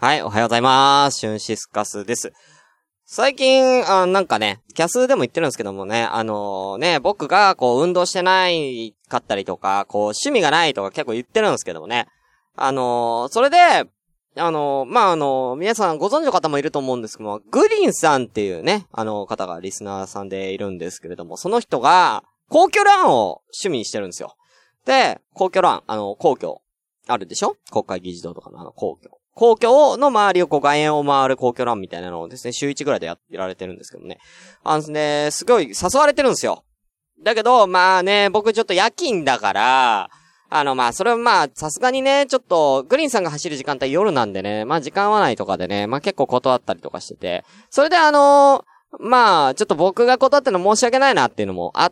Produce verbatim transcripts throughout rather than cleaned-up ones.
はい、おはようございます。シュンシスカスです。最近、あなんかね、キャスでも言ってるんですけどもね、あのー、ね、僕がこう運動してないかったりとか、こう趣味がないとか結構言ってるんですけどもね。あのー、それで、あのー、まあ、あのー、皆さんご存知の方もいると思うんですけども、グリーンさんっていうね、あの方がリスナーさんでいるんですけれども、その人が、皇居ランを趣味にしてるんですよ。で、皇居ラン、あの、皇居、あるでしょ？国会議事堂とかのあの皇居。皇居の周りをこう外苑を回る皇居ランみたいなのをですね、週いちぐらいでやられてるんですけどね。あのね、すごい誘われてるんですよ。だけど、まあね、僕ちょっと夜勤だから、あのまあそれはまあさすがにね、ちょっとグリーンさんが走る時間帯夜なんでね、まあ時間合わないとかでね、まあ結構断ったりとかしてて、それであのー、まあちょっと僕が断ってるの申し訳ないなっていうのもあって、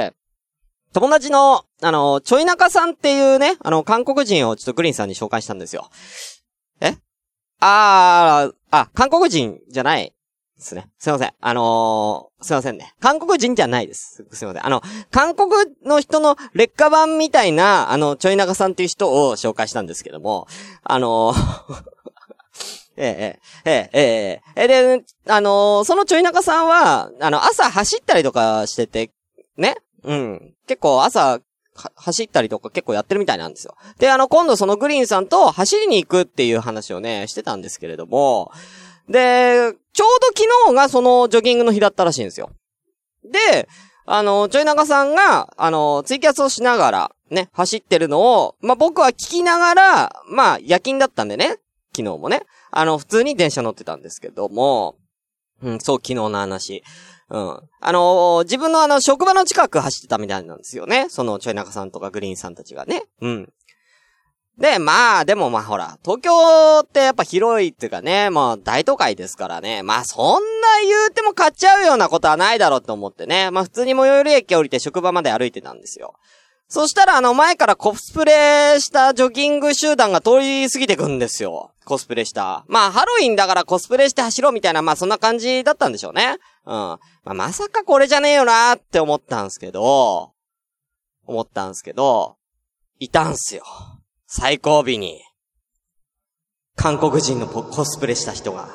友達の、あの、ちょい中さんっていうね、あの、韓国人をちょっとグリーンさんに紹介したんですよ。えあー、あ、韓国人じゃないですね。すいません。あのー、すいませんね。韓国人じゃないです。すいません。あの、韓国の人の劣化版みたいな、あの、ちょい中さんっていう人を紹介したんですけども、あのー、ええ、ええ、ええ、ええ、で、あのー、そのちょい中さんは、あの、朝走ったりとかしてて、ね。うん。結構朝、走ったりとか結構やってるみたいなんですよ。で、あの、今度そのグリーンさんと走りに行くっていう話をね、してたんですけれども、で、ちょうど昨日がそのジョギングの日だったらしいんですよ。で、あの、ちょい長さんが、あの、ツイキャスをしながら、ね、走ってるのを、まあ、僕は聞きながら、まあ、夜勤だったんでね、昨日もね、あの、普通に電車乗ってたんですけども、うん、そう、昨日の話。うん。あのー、自分のあの、職場の近く走ってたみたいなんですよね。その、ちょい中さんとかグリーンさんたちがね。うん。で、まあ、でもまあほら、東京ってやっぱ広いっていうかね、まあ大都会ですからね。まあそんな言うても買っちゃうようなことはないだろうと思ってね。まあ普通に最寄り駅降りて職場まで歩いてたんですよ。そしたらあの前からコスプレしたジョギング集団が通り過ぎてくんですよ。コスプレした。まあハロウィンだからコスプレして走ろうみたいな、まあそんな感じだったんでしょうね。うん。まあまさかこれじゃねえよなーって思ったんすけど、思ったんすけど、いたんすよ。最後尾に、韓国人のコスプレした人が、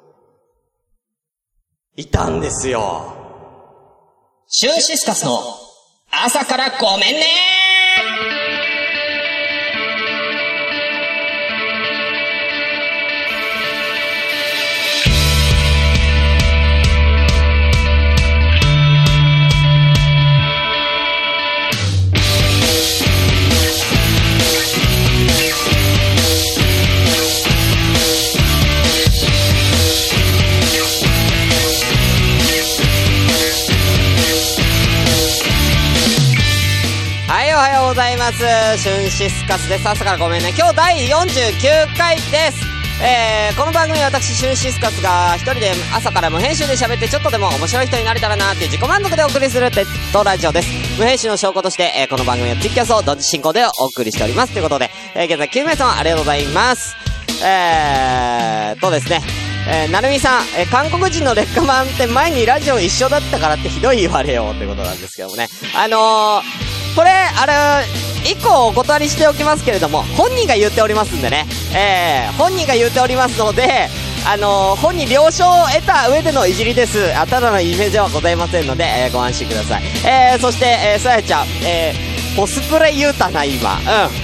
いたんですよ。 シュンシスカスの朝からごめんねおはようございます。シュンシスカスです。朝からごめんね。今日だいよんじゅうきゅうかいです。えー、この番組は私シュンシスカスが一人で朝から無編集で喋ってちょっとでも面白い人になれたらなーっていう自己満足でお送りするテッドラジオです。無編集の証拠として、えー、この番組はツイキャスを同時進行でお送りしておりますということで、えー、現在きゅうめいさまありがとうございます。えーとですねえー、なるみさん、えー、韓国人の劣化マンって前にラジオ一緒だったからってひどい言われよってことなんですけどもね。あのー、これ、あれ、一個お断りしておきますけれども、本人が言っておりますんでね。えー、本人が言っておりますので、あのー、本人了承を得た上でのいじりです。あ、ただのイメージはございませんので、えー、ご安心ください。えー、そして、えー、さやちゃん、えー、コスプレ言うたな、今。うん。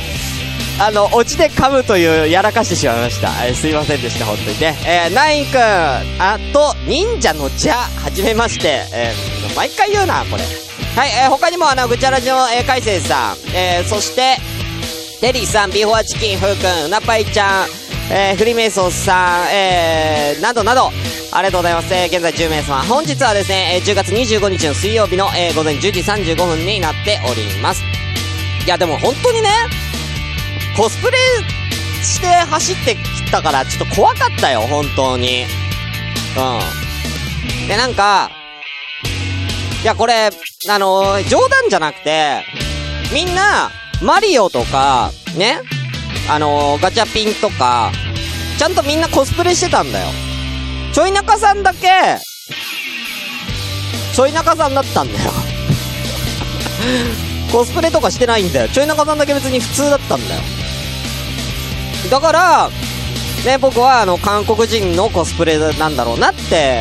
あの、オチで噛むというやらかしてしまいました。えー、すいませんでした、本当にね。えー、ナインくん、あと、忍者のじゃ、はじめまして。えー、毎回言うな、これ。はい、えー、他にもあの、ぐちゃらじの、えー、海星さん、えー、そして、テリーさん、ビーフォアチキン、ふうくん、うなぱいちゃん、えー、フリメイソーさん、えー、などなど、ありがとうございます。えー、現在じゅうめいさま。本日はですね、じゅうがつにじゅうごにちの水曜日の、えー、午前じゅうじさんじゅうごふんになっております。いや、でも本当にね、コスプレして走ってきたからちょっと怖かったよ、本当に。うん。で、なんか、いや、これ、あのー、冗談じゃなくて、みんな、マリオとか、ね、あのー、ガチャピンとか、ちゃんとみんなコスプレしてたんだよ。ちょい中さんだけ、ちょい中さんだったんだよ。コスプレとかしてないんだよ。ちょい中さんだけ別に普通だったんだよ。だからね、僕はあの、韓国人のコスプレなんだろうなって、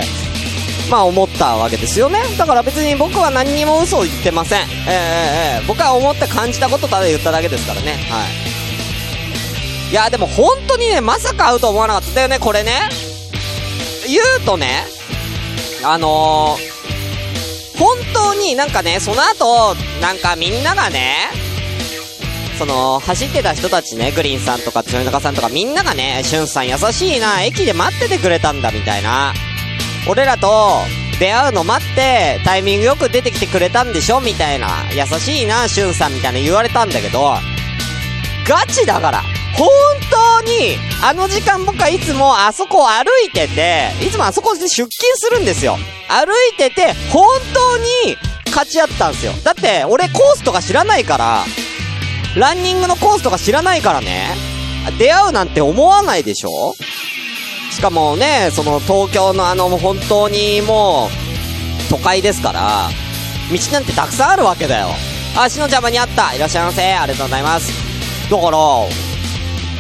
まあ思ったわけですよね。だから別に僕は何にも嘘を言ってません。えー、えー、僕は思って感じたことただ言っただけですからね。はい。いや、でも本当にね、まさか会うと思わなかったんだよね、これね。言うとね、あのー、本当になんかね、その後、なんかみんながね、その、走ってた人たちね、グリーンさんとか、つよなかさんとか、みんながね、しゅんさん優しいな、駅で待っててくれたんだ、みたいな。俺らと出会うの待って、タイミングよく出てきてくれたんでしょみたいな。優しいな、しゅんさんみたいな言われたんだけど、ガチだから。本当に、あの時間僕はいつもあそこを歩いてて、いつもあそこで出勤するんですよ。歩いてて、本当に勝ち合ったんですよ。だって、俺コースとか知らないから、ランニングのコースとか知らないからね、出会うなんて思わないでしょ。しかもね、その東京のあの本当にもう都会ですから、道なんてたくさんあるわけだよ。足の邪魔にあった。いらっしゃいませ。ありがとうございます。だから、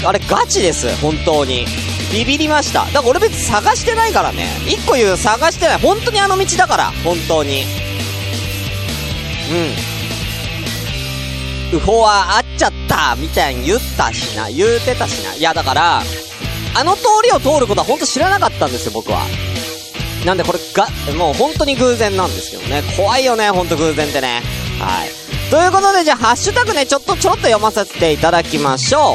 あれガチです。本当に。ビビりました。だから俺別に探してないからね。一個言う、探してない。本当にあの道だから。本当に。うん。ウホは会っちゃったみたいに言ったしな。言うてたしな。いやだから、あの通りを通ることは本当知らなかったんですよ、僕は。なんでこれが、もう本当に偶然なんですけどね。怖いよね、本当偶然ってね。はい。ということで、じゃあ、ハッシュタグね、ちょっとちょろっと読ませていただきましょ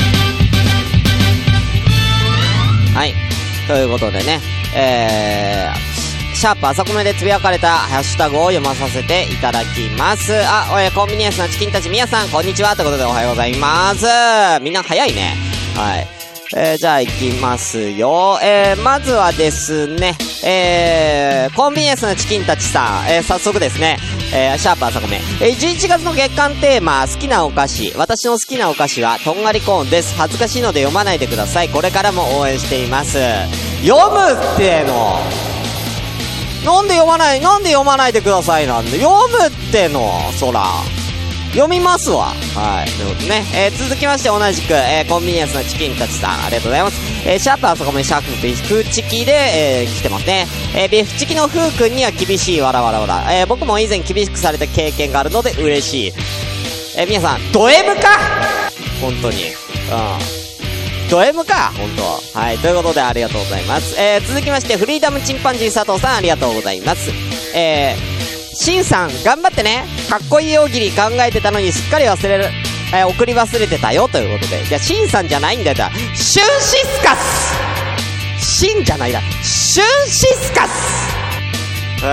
う。はい。ということでね、えー、シャープ朝コメでつぶやかれたハッシュタグを読まさせていただきます。あ、えー、コンビニエンスのチキンたち、みやさん、こんにちは。ということで、おはようございます。みんな早いね。はい。えー、じゃあ行きますよ。えー、まずはですね、えー、コンビニエンスのチキンたちさん、えー、早速ですね、えー、シャープ朝コメ。えー、じゅういちがつの月間テーマ、好きなお菓子。私の好きなお菓子は、とんがりコーンです。恥ずかしいので読まないでください。これからも応援しています。読むっての。なんで読まない、なんで読まないでくださいなんで。読むっての、そら。読みますわ。はい。ということでね。えー、続きまして同じく、えー、コンビニエンスのチキンたちさん、ありがとうございます。えー、シャープあそこめシャープビフチキで、えー、来てますね。えー、ビフチキのフー君には厳しいわらわらわら。えー、僕も以前厳しくされた経験があるので嬉しい。えー、皆さん、ド M か本当に。うん。ド M か本当。はい。ということでありがとうございます。えー、続きまして、フリーダムチンパンジー佐藤さん、ありがとうございます。えー、シンさん、頑張ってね。かっこいい大喜利考えてたのにすっかり忘れる。えー、送り忘れてたよ。ということで。じゃあ、シンさんじゃないんだよ。シュンシスカスシンじゃないだ。シュンシスカス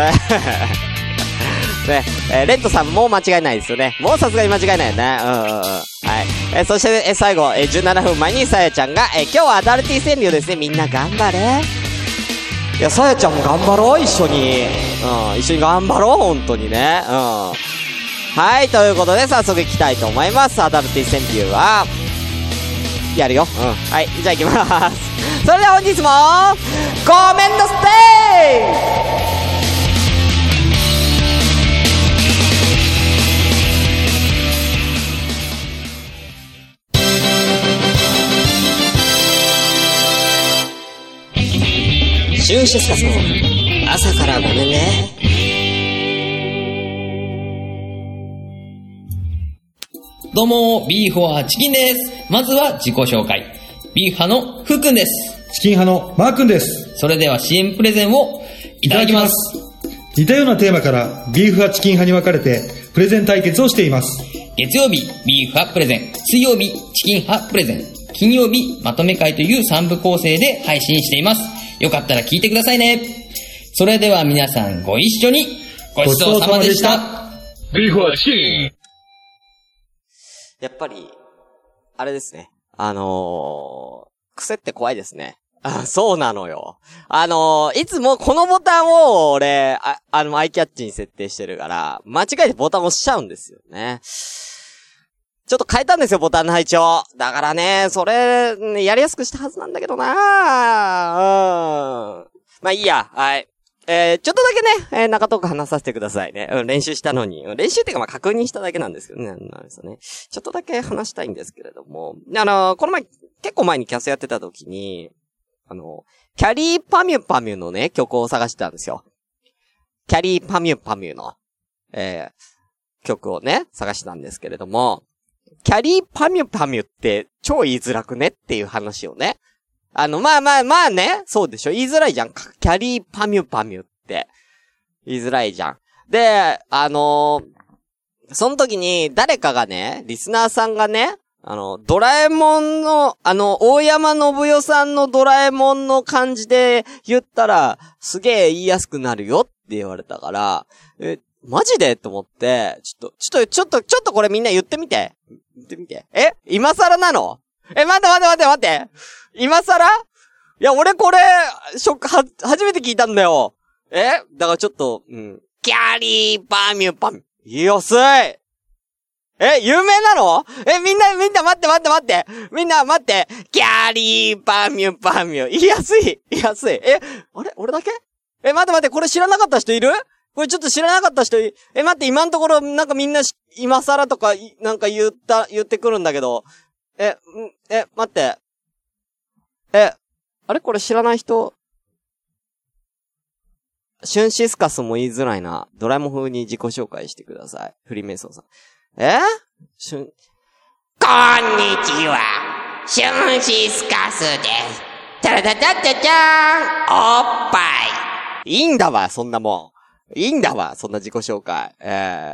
ね、えー、レントさんもう間違いないですよね。もうさすがに間違いないよね。うんうんうん。はい。えー、そして、えー、最後、えー、じゅうななふんまえにさやちゃんが、えー、今日はアダルティ川柳ですね。みんな頑張れ。いや、さやちゃんも頑張ろう、一緒に。うん、一緒に頑張ろう、本当にね。うん。はい、ということで、早速行きたいと思います。アダルティ川柳は、やるよ。うん。はい、じゃあ行きます。それでは本日も、ごめんなさい。 シュンシスカスの朝からごめんね。 どうも、ビーフォアチキンです。まずは自己紹介。ビーフ派のフーくんです。 チキン派のマーくんです。 それでは シーエム プレゼンをいただきます。 似たようなテーマからビーフ派チキン派に分かれてプレゼン対決をしています。 月曜日、ビーフ派プレゼン。水曜日、チキン派プレゼン。金曜日、まとめ会というさん部構成で配信しています。よかったら聞いてくださいね。それでは皆さんご一緒にごちそうさまでした。 ビーフはチキン。 やっぱり、あれですね。あのー、癖って怖いですね。あ、そうなのよ。あのー、いつもこのボタンを俺、あ、あの、アイキャッチに設定してるから、間違えてボタン押しちゃうんですよね。ちょっと変えたんですよ、ボタンの配置を。だからね、それ、ね、やりやすくしたはずなんだけどなぁ。うん。まあいいや、はい。えー、ちょっとだけね、えー、中トーク話させてくださいね。うん、練習したのに。練習っていうかまあ確認しただけなんですけどね。なんですよね。ちょっとだけ話したいんですけれども。あのー、この前、 結構前にキャスやってた時に、あの、キャリーパミュパミュのね、曲を探してたんですよ。キャリーパミュパミュの、えー、曲をね、探してたんですけれども、キャリーパミュパミュって超言いづらくねっていう話をね。あの、まあまあまあね、そうでしょ。言いづらいじゃん。キャリーパミュパミュって。言いづらいじゃん。で、あのー、その時に誰かがね、リスナーさんがね、あの、ドラえもんの、あの、大山信代さんのドラえもんの感じで言ったら、すげえ言いやすくなるよって言われたから、え、マジでと思って、ちょっと、ちょっと、ちょっと、ちょっとこれみんな言ってみて。言ってみて。え今更なの？え、待って待って待って待って。今更？いや、俺これ、ショック、は、初めて聞いたんだよ。えだからちょっと、うん。キャリーパミュパミュ。言いやすい。え、有名なの？え、みんな、みんな待って待って待って。みんな待って。キャリーパミュパミュ。言いやすい。言いやすい。え、あれ俺だけ？え、待って待って、これ知らなかった人いる？これちょっと知らなかった人い、え、待って、今のところ、なんかみんなし、今更とか、なんか言った、言ってくるんだけど、え、ん、え、待って。え、あれこれ知らない人？シュンシスカスも言いづらいな。ドラえもん風に自己紹介してください。フリーメイソンさん。えシュン、こんにちは。シュンシスカスです。タラタタタターン、おっぱい。いいんだわ、そんなもん。いいんだわ、そんな自己紹介。え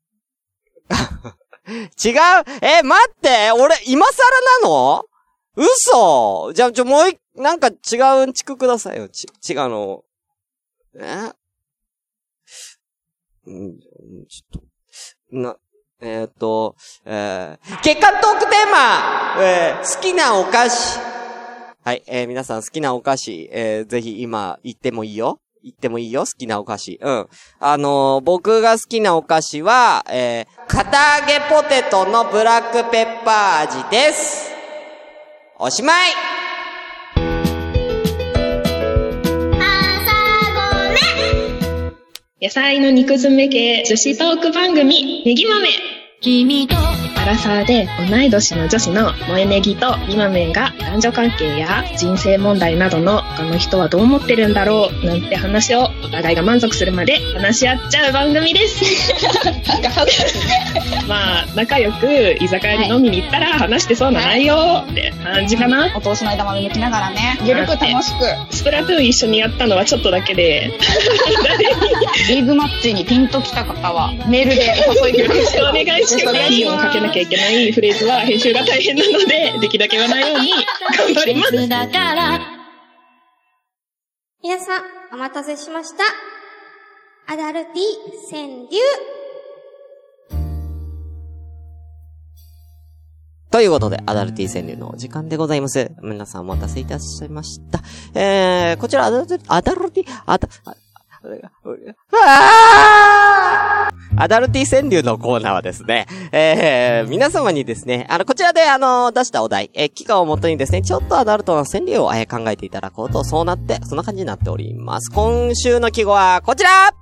ー、違う。え、待って、俺、今更なの？嘘。じゃあ、ちょ、もう一、なんか違ううんちくくださいよ。ち、違うの。えうん、ちょっと、な、えー、っと、えー、月間トークテーマ、えー、好きなお菓子。はい、えー、皆さん好きなお菓子、えー、ぜひ今言ってもいいよ。言ってもいいよ、好きなお菓子。うん。あのー、僕が好きなお菓子は、えー、堅揚げポテトのブラックペッパー味です。おしまい。 野菜の肉詰め系女子トーク番組ネギ豆。君とアラサーで同い年の女子の萌えネギとみまめんが男女関係や人生問題などの他の人はどう思ってるんだろうなんて話をお互いが満足するまで話し合っちゃう番組ですなんかまあ仲良く居酒屋に飲みに行ったら話してそうな内容って感じかな、はい、 お通しの間豆抜きながらね、ゆるく楽しく。 スプラトゥーン一緒にやったのはちょっとだけでリーグマッチにピンときた方はメールでお誘いください。 お願いします。いいをかけなきゃいけないフレーズは編集が大変なので、できるだけ言わないように頑張ります。 皆さん、お待たせしました。アダルティ川柳。 ということで、アダルティ川柳のお時間でございます。皆さんお待たせいたしました。えー、こちらアダルティ、アダルティ、アダ、あアダルティ川柳のコーナーはですね、えー、皆様にですね、あの、こちらであの、出したお題、えー、期間をもとにですね、ちょっとアダルトな川柳を、えー、考えていただこうと、そうなって、そんな感じになっております。今週の季語はこちら！ハ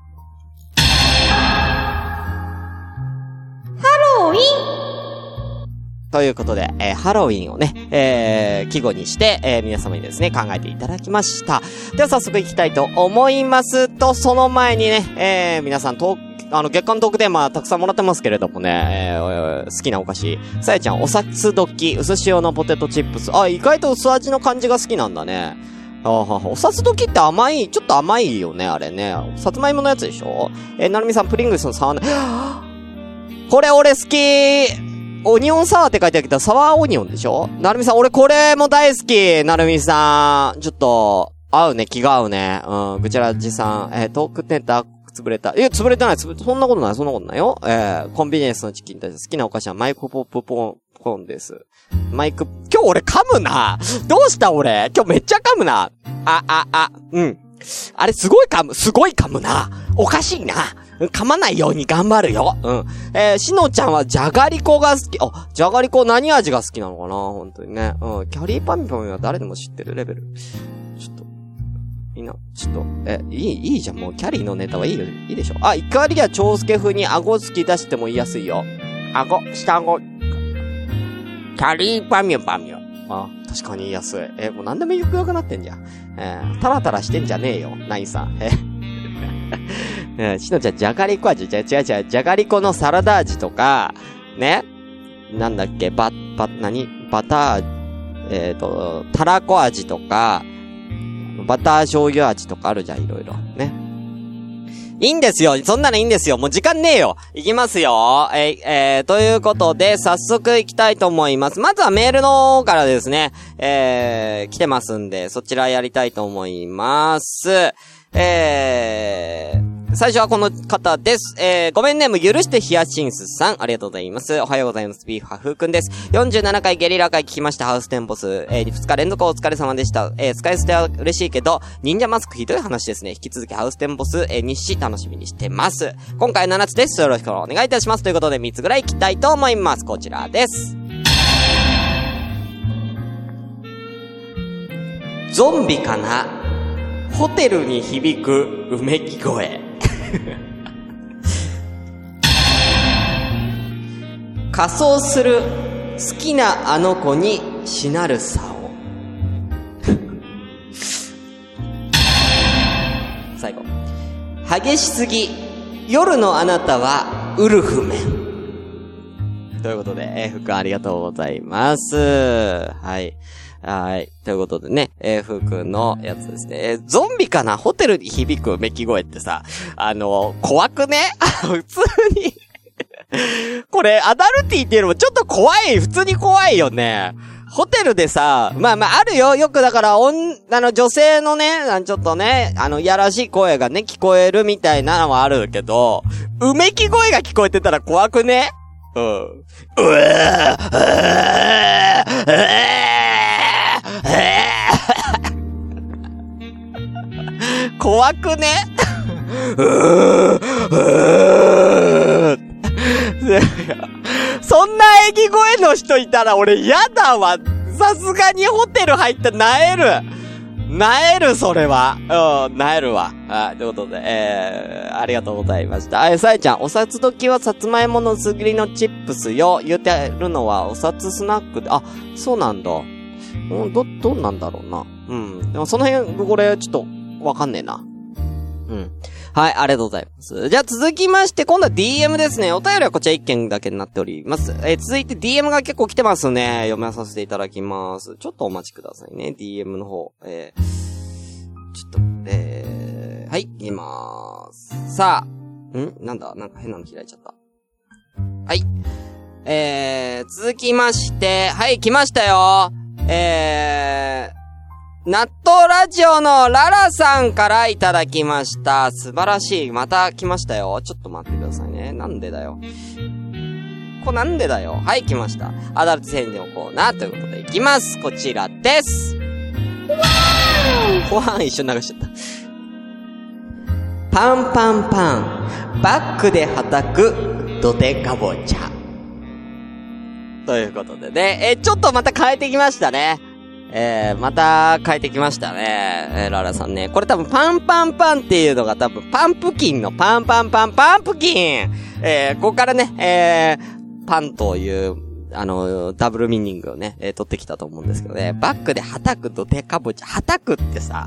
ロウィンということで、えー、ハロウィンをね、えー、季語にして、えー、皆様にですね、考えていただきました。では早速行きたいと思いますと、その前にね、えー、皆さんトーク、あの、月間トークテーマたくさんもらってますけれどもね、えー、好きなお菓子。さやちゃん、おさつどき、薄塩のポテトチップス。あ、意外と薄味の感じが好きなんだね。あはおさつどきって甘い、ちょっと甘いよね、あれね。さつまいものやつでしょ？えー、なるみさん、プリングルスのサワー、これ俺好きオニオンサワーって書いてあるけど、サワーオニオンでしょ？なるみさん、俺これも大好き。なるみさん。ちょっと、合うね、気が合うね。うん、ぐちゃらじさん。えー、トークテンタ、潰れた。いや、潰れてない。潰れ、そんなことない、そんなことないよ。えー、コンビニエンスのチキンたち好きなお菓子はマイクポップポン、ポンです。マイク、今日俺噛むな。どうした俺今日めっちゃ噛むな。あ、あ、あ、うん。あれすごい噛む、すごい噛むな。おかしいな。噛まないように頑張るよ。うん。えー、しのちゃんはじゃがりこが好き。あ、じゃがりこ何味が好きなのかな本当にね。うん。キャリーパミュパミュは誰でも知ってるレベル。ちょっと。みんな、ちょっと、え、いい、いいじゃん。もうキャリーのネタはいいよ。いいでしょ。あ、怒りや長介風に顎突き出しても言いやすいよ。顎、下顎。キャリーパミュパミュ。 あ、確かに言いやすい。え、もう何でもよくよくなってんじゃん。えー、タラタラしてんじゃねえよ、ナインさん。ええー、しのちゃん、じゃがりこ味、違う違う違う、じゃがりこのサラダ味とか、ね。なんだっけ、バ、バ、何バター、えっと、たらこ味とか、バター醤油味とかあるじゃん、いろいろ。ね。いいんですよ。そんなのいいんですよ。もう時間ねえよ。いきますよ。えー、えー、ということで、早速行きたいと思います。まずはメールの方からですね、えー、来てますんで、そちらやりたいと思います。えー、最初はこの方です。えー、ごめんね、もう許してヒヤシンスさん。ありがとうございます。おはようございます。ビーフハフーくんです。よんじゅうななかいゲリラ会聞きました。ハウステンボス。えー、ふつか連続お疲れ様でした。えー、使い捨ては嬉しいけど、忍者マスクひどい話ですね。引き続きハウステンボス、えー、日誌楽しみにしてます。今回ななつです。よろしくお願いいたします。ということでみっつぐらい行きたいと思います。こちらです。ゾンビかな？ホテルに響くうめき声。仮装する好きなあの子にしなるさを。最後。激しすぎ、夜のあなたはウルフメン。ということで、えー、ふくんありがとうございます。はい。はい。ということでね、えー、ふうくんのやつですね。えー、ゾンビかな？ホテルに響くめき声ってさ、あのー、怖くね？普通に。これ、アダルティっていうのもちょっと怖い、普通に怖いよね。ホテルでさ、まあまああるよ。よくだから、おん、あの女性のね、ちょっとね、あの、いやらしい声がね、聞こえるみたいなのはあるけど、うめき声が聞こえてたら怖くね？うん。うえー、うえー、うえー、怖くね？うー、うーそんな演技声の人いたら俺嫌だわ。さすがにホテル入ってなえる。なえる、それは。うん、なえるわ。はい、ということで、えー、ありがとうございました。あ、さえちゃん、お札時はさつまいもの薄切りのチップスよ。言ってるのはお札スナックで、あ、そうなんだ。うん、ど、どうなんだろうな。うん。でもその辺、これ、ちょっと、わかんねえな。うん。はい、ありがとうございます。じゃあ続きまして、今度は ディーエム ですね。お便りはこちらいっけんだけになっております。えー、続いて ディーエム が結構来てますね。読まさせていただきます。ちょっとお待ちくださいね。ディーエム の方。えー、ちょっと、えー、はい、いきまーす。さあ、んなんだなんか変なの開いちゃった。はい。えー、続きまして、はい、来ましたよ。えー、納豆ラジオのララさんからいただきました。素晴らしい。また来ましたよ。ちょっと待ってくださいね。なんでだよ。これなんでだよ。はい、来ました。アダルト宣伝のコーナーということでいきます。こちらです。わー一緒に流しちゃった。パンパンパン。バックではたくドデカボチャ。ということでね。え、ちょっとまた変えてきましたね。えー、また変えてきましたね。えー、ララさんね。これ多分パンパンパンっていうのが多分パンプキンのパンパンパンパンプキン。えー、ここからね、えー、パンという、あの、ダブルミーニングをね、えー、取ってきたと思うんですけどね。バックではたくとデカボチャ。はたくってさ。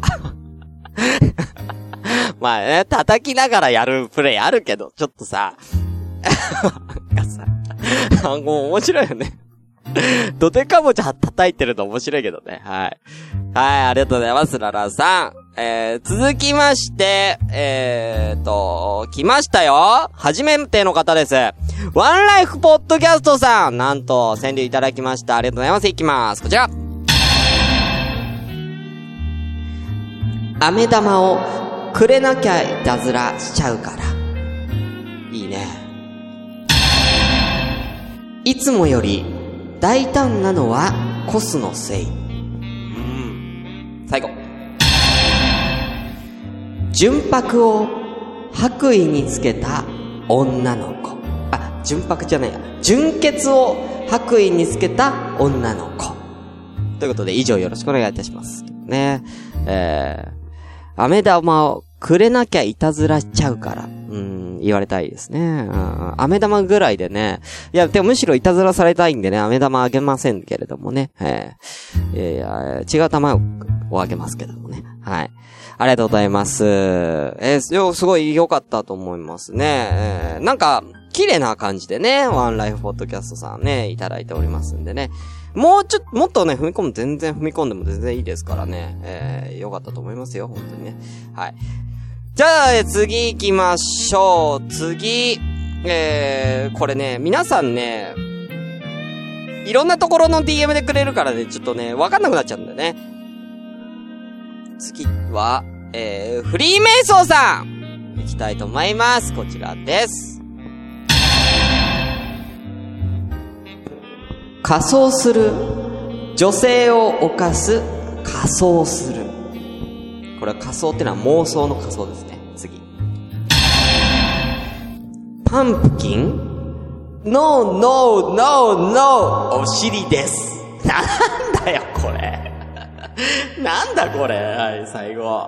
まあね、叩きながらやるプレイあるけど、ちょっとさ。なんかさ、もう面白いよね。ドデカボチャ叩いてるの面白いけどね。はい。はい、ありがとうございます、ララさん。えー、続きまして、えーと、来ましたよ。初めての方です。ワンライフポッドキャストさん。なんと、川柳いただきました。ありがとうございます。いきます。こちら。飴玉をくれなきゃいたずらしちゃうから。いいね。いつもより、大胆なのはコスのせい。うん。最後。純白を白衣につけた女の子。あ、純白じゃないや。純潔を白衣につけた女の子。ということで以上よろしくお願いいたします。ね。えー、飴玉をくれなきゃいたずらしちゃうから。ううん、言われたいですね。うん、飴玉ぐらいでね。いや、でもむしろいたずらされたいんでね、飴玉あげませんけれどもね。えー、いやいや違う玉をあげますけどもね。はい。ありがとうございます。えー、すごい良かったと思いますね。えー、なんか、綺麗な感じでね、ワンライフポッドキャストさんね、いただいておりますんでね。もうちょっと、もっとね、踏み込む、全然踏み込んでも全然いいですからね。えー、良かったと思いますよ、本当にね。はい。じゃあ、次行きましょう。次、えー、これね、皆さんね、いろんなところの ディーエム でくれるからね、ちょっとね、わかんなくなっちゃうんだよね。次は、えー、フリーメイソーさん行きたいと思います。こちらです。仮装する。女性を犯す。仮装する。これは仮装ってのは妄想の仮装ですね。次。パンプキン ?No, no, no, no! お尻です。なんだよ、これ。なんだこれ。はい、最後。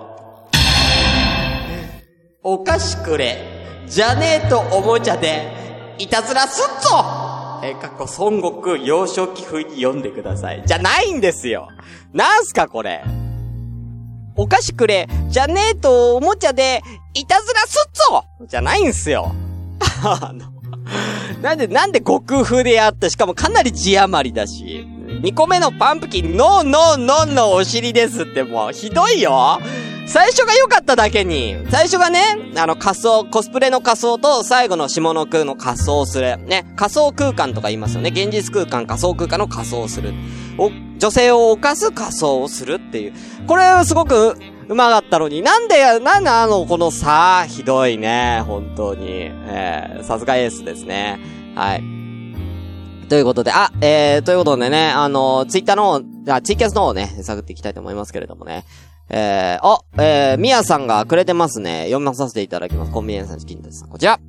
お菓子くれ。じゃねえとおもちゃで、いたずらすっぞえ、過去孫悟空幼少期風に読んでください。じゃないんですよ。なんすかこれ。お菓子くれ。じゃねえとおもちゃで、いたずらすっぞじゃないんすよ。あの、なんで、なんで悟空風でやって、しかもかなり字余りだし。にこめのパンプキン、ノーノーノーのお尻ですってもう、ひどいよ。最初が良かっただけに、最初がね、あの仮装、コスプレの仮装と最後の下の句の仮装する。ね、仮想空間とか言いますよね。現実空間、仮想空間の仮装する。お、女性を犯す仮装をするっていう。これすごくうまかったのに、なんで、なんであの、このさ、ひどいね、本当に。えー、さすがエースですね。はい。ということで、あ、えー、ということでね、あの、ツイッターの、あ、ツイキャスの方をね、探っていきたいと思いますけれどもね。えー、あ、えー、みやさんがくれてますね。読まさせていただきます。コンビニエンスのチキンです。こちら。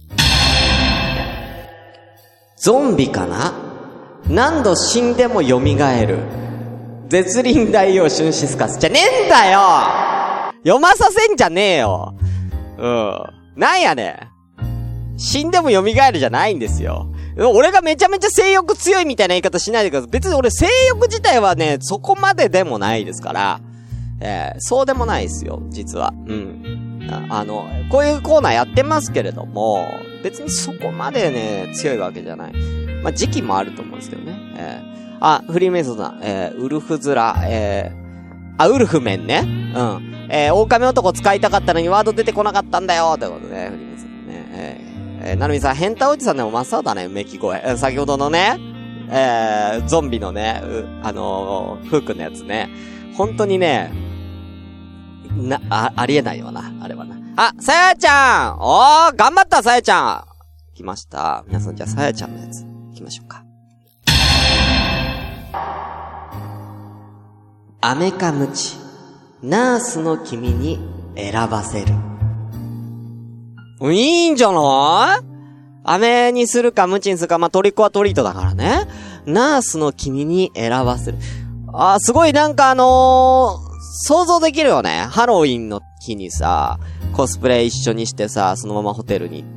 ゾンビかな？何度死んでも蘇る。絶倫大王シュンシスカス。じゃねえんだよ！読まさせんじゃねえよ。うん。なんやねん。死んでも蘇るじゃないんですよ。俺がめちゃめちゃ性欲強いみたいな言い方しないでください。別に俺性欲自体はね、そこまででもないですから。えー、そうでもないですよ、実は。うん。あ, あの、こういうコーナーやってますけれども、別にそこまでね、強いわけじゃない。まあ、時期もあると思うんですけどね。えー、あ、フリーメイソンさん、えー、ウルフズラ、えー、あ、ウルフメンね。うん。えー、狼男使いたかったのにワード出てこなかったんだよ、ということで、ね、フリーメイソンね。えー、えー、なるみさん、変態おじさんでも真っ青だね、めき声。えー、先ほどのね、えー、ゾンビのね、うあのー、フー君のやつね。本当にね、な、あ、ありえないよな、あれはな。あ、さやちゃんおー、頑張ったさやちゃん来ました。皆さんじゃあさやちゃんのやつ、行きましょうか。アメかムチ、ナースの君に選ばせる。いいんじゃない？アメにするかムチにするか、まあ、トリックはトリートだからね。ナースの君に選ばせる。あー、すごいなんかあのー、想像できるよね。ハロウィンの日にさ、コスプレ一緒にしてさ、そのままホテルに行って、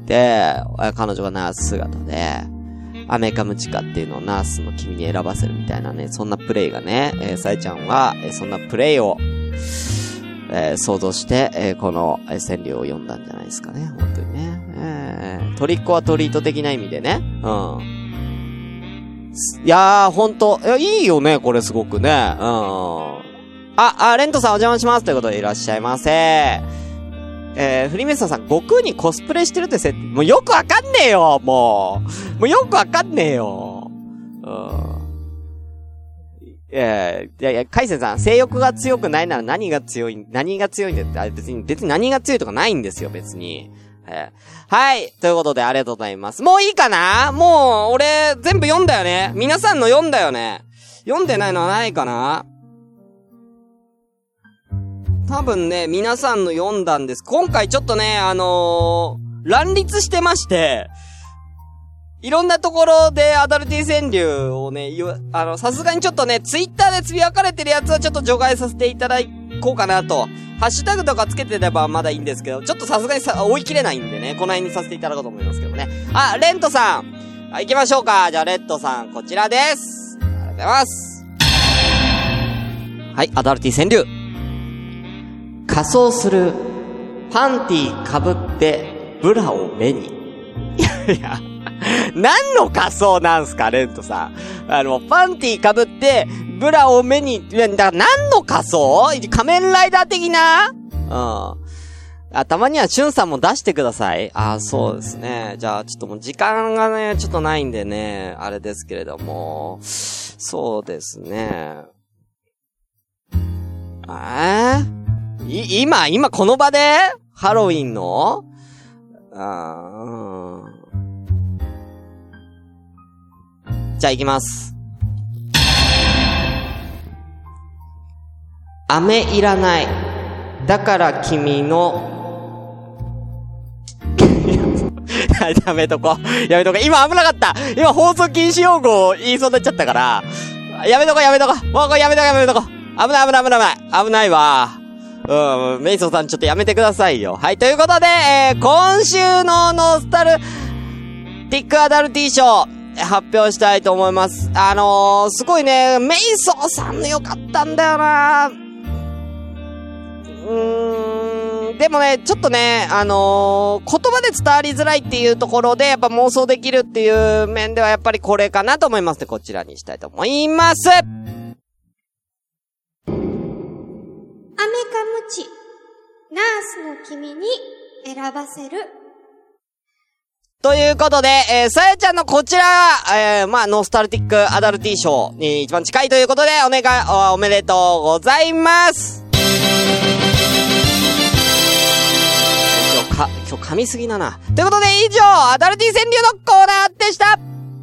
彼女がナース姿で、アメかムチかっていうのをナースの君に選ばせるみたいなね、そんなプレイがね、えー、さえちゃんは、えー、そんなプレイを、えー、想像して、えー、この、えー、川柳を読んだんじゃないですかね、本当にね。えー、トリックはトリート的な意味でね。うん。いやー、ほんと、いや、いいよね、これすごくね。うん。あ、あ、レントさんお邪魔しますということでいらっしゃいませ。えー、フリーメイソンさん、悟空にコスプレしてるって設定、もうよくわかんねえよ、もう。もうよくわかんねえよ。うん。えー、いやいや、カイセンさん、性欲が強くないなら何が強い、何が強いんだって、あれ別に、別に何が強いとかないんですよ、別に。えー、はい。ということでありがとうございます。もういいかな？もう、俺、全部読んだよね。皆さんの読んだよね。読んでないのはないかな？多分ね、皆さんの読んだんです。今回ちょっとね、あのー、乱立してまして、いろんなところでアダルティ川柳をね、あの、さすがにちょっとね、ツイッターでつぶやかれてるやつはちょっと除外させていただここうかなと。ハッシュタグとかつけてればまだいいんですけど、ちょっとさすがにさ、追い切れないんでね、この辺にさせていただこうと思いますけどね。あ、レントさん。あ、行きましょうか。じゃあ、レッドさん、こちらです。ありがとうございます。はい、アダルティ川柳。仮装する、パンティ被って、ブラを目に。いやいや、何の仮装なんすか、レントさん。あの、パンティ被って、ブラを目に、だから何の仮装？仮面ライダー的な？うん。あ、たまにはシュンさんも出してください。あ、そうですね。じゃあ、ちょっともう時間がね、ちょっとないんでね、あれですけれども。そうですね。えー、い、今、今この場でハロウィンのあー、じゃあ行きます。飴いらない。だから君のやめとこう。やめとこう。今危なかった。今放送禁止用語を言いそうになっちゃったから。やめとこうやめとこう。もうこれやめとこうやめとこう。危ない危ない危ない危ない。危ないわ。うん、メイソンさんちょっとやめてくださいよ。はい、ということで、えー、今週のノスタルティックアダルティー賞、発表したいと思います。あのー、すごいね、メイソーさんの良かったんだよな。うーん、でもね、ちょっとね、あのー、言葉で伝わりづらいっていうところで、やっぱ妄想できるっていう面ではやっぱりこれかなと思いますので、こちらにしたいと思います。 アメカムチ、ナースの君に選ばせる。 ということで、えー、さやちゃんのこちらは、えー、まあ、ノスタルティックアダルティー賞に一番近いということで、お願い、お、おめでとうございます。今日か、今日噛みすぎだな。ということで、以上、アダルティ川柳のコーナーでした。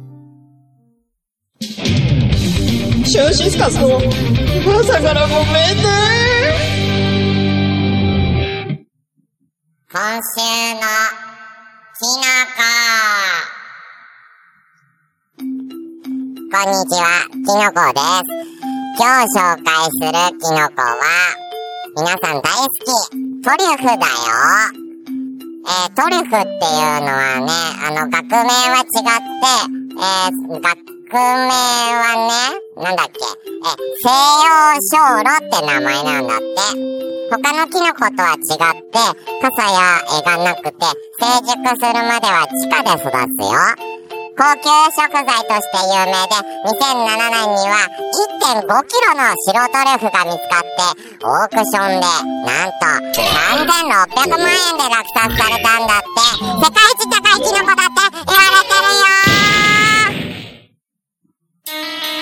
シュンシスカスの朝からごめんね。 今週のキノコ。こんにちは、キノコです。今日紹介するキノコは、皆さん大好き、トリュフだよ。えー、トリュフっていうのはね、あの、学名は違って、えー、学名はね、なんだっけ、え、西洋小路って名前なんだって。他のキノコとは違って、傘や柄がなくて、成熟するまでは地下で育つよ。高級食材として有名で、にせんななねんには いってんごキロの白トリュフが見つかって、オークションで、なんとさんぜんろっぴゃくまんえんで落札されたんだって、世界一高いキノコだって言われてるよー。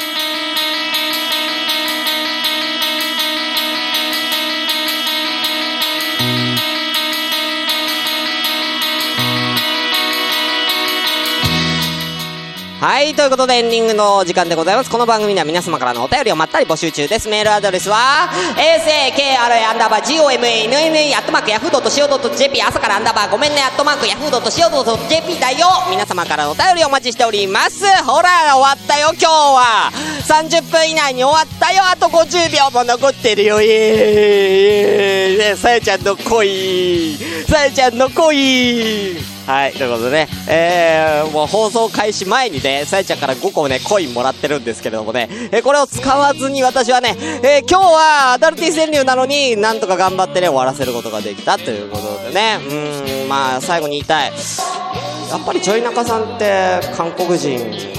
はい、ということでエンディングの時間でございます。この番組では皆様からのお便りをまったり募集中です。メールアドレスは エーエスエーケーアールエー アンダーバー ジーオーエムエーエヌエヌエー アットマークヤフードットシーオードットジェーピー 朝からアンダーバーごめんねアットマークヤフードットシーオードットジェーピー だよ。皆様からのお便りをお待ちしております。ほら終わったよ。今日はさんじゅっぷん以内に終わったよ。あとごじゅうびょうも残ってるよ。イエーイイエーイ、さやちゃんの恋、さやちゃんの恋。はい、ということでね、えー、もう放送開始前にね、さやちゃんからごこね、コインもらってるんですけれどもね、えー、これを使わずに私はね、えー、今日はアダルティ川柳なのに、なんとか頑張ってね、終わらせることができたということでね、うーん、まあ、最後に言いたい。やっぱりちょい中さんって、韓国人、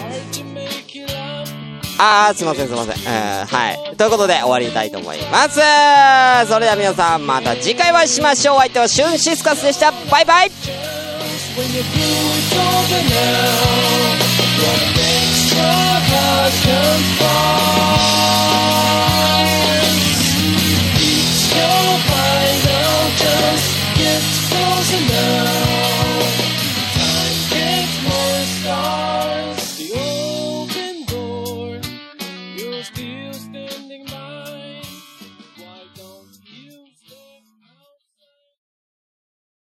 あー、すいませんすいません。えー、はい。ということで終わりたいと思います。それでは皆さん、また次回お会いしましょう。お相手はシュンシスカスでした。バイバイ。When you do it over now, what makes your heart come fall?